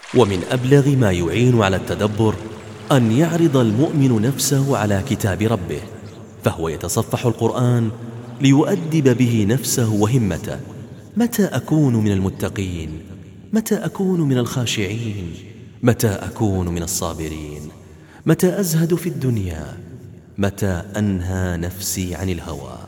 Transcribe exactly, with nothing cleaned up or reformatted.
ومن أبلغ ما يعين على التدبر أن يعرض المؤمن نفسه على كتاب ربه، فهو يتصفح القرآن ليؤدب به نفسه وهمته. متى أكون من المتقين؟ متى أكون من الخاشعين؟ متى أكون من الصابرين؟ متى أزهد في الدنيا؟ متى أنهى نفسي عن الهوى؟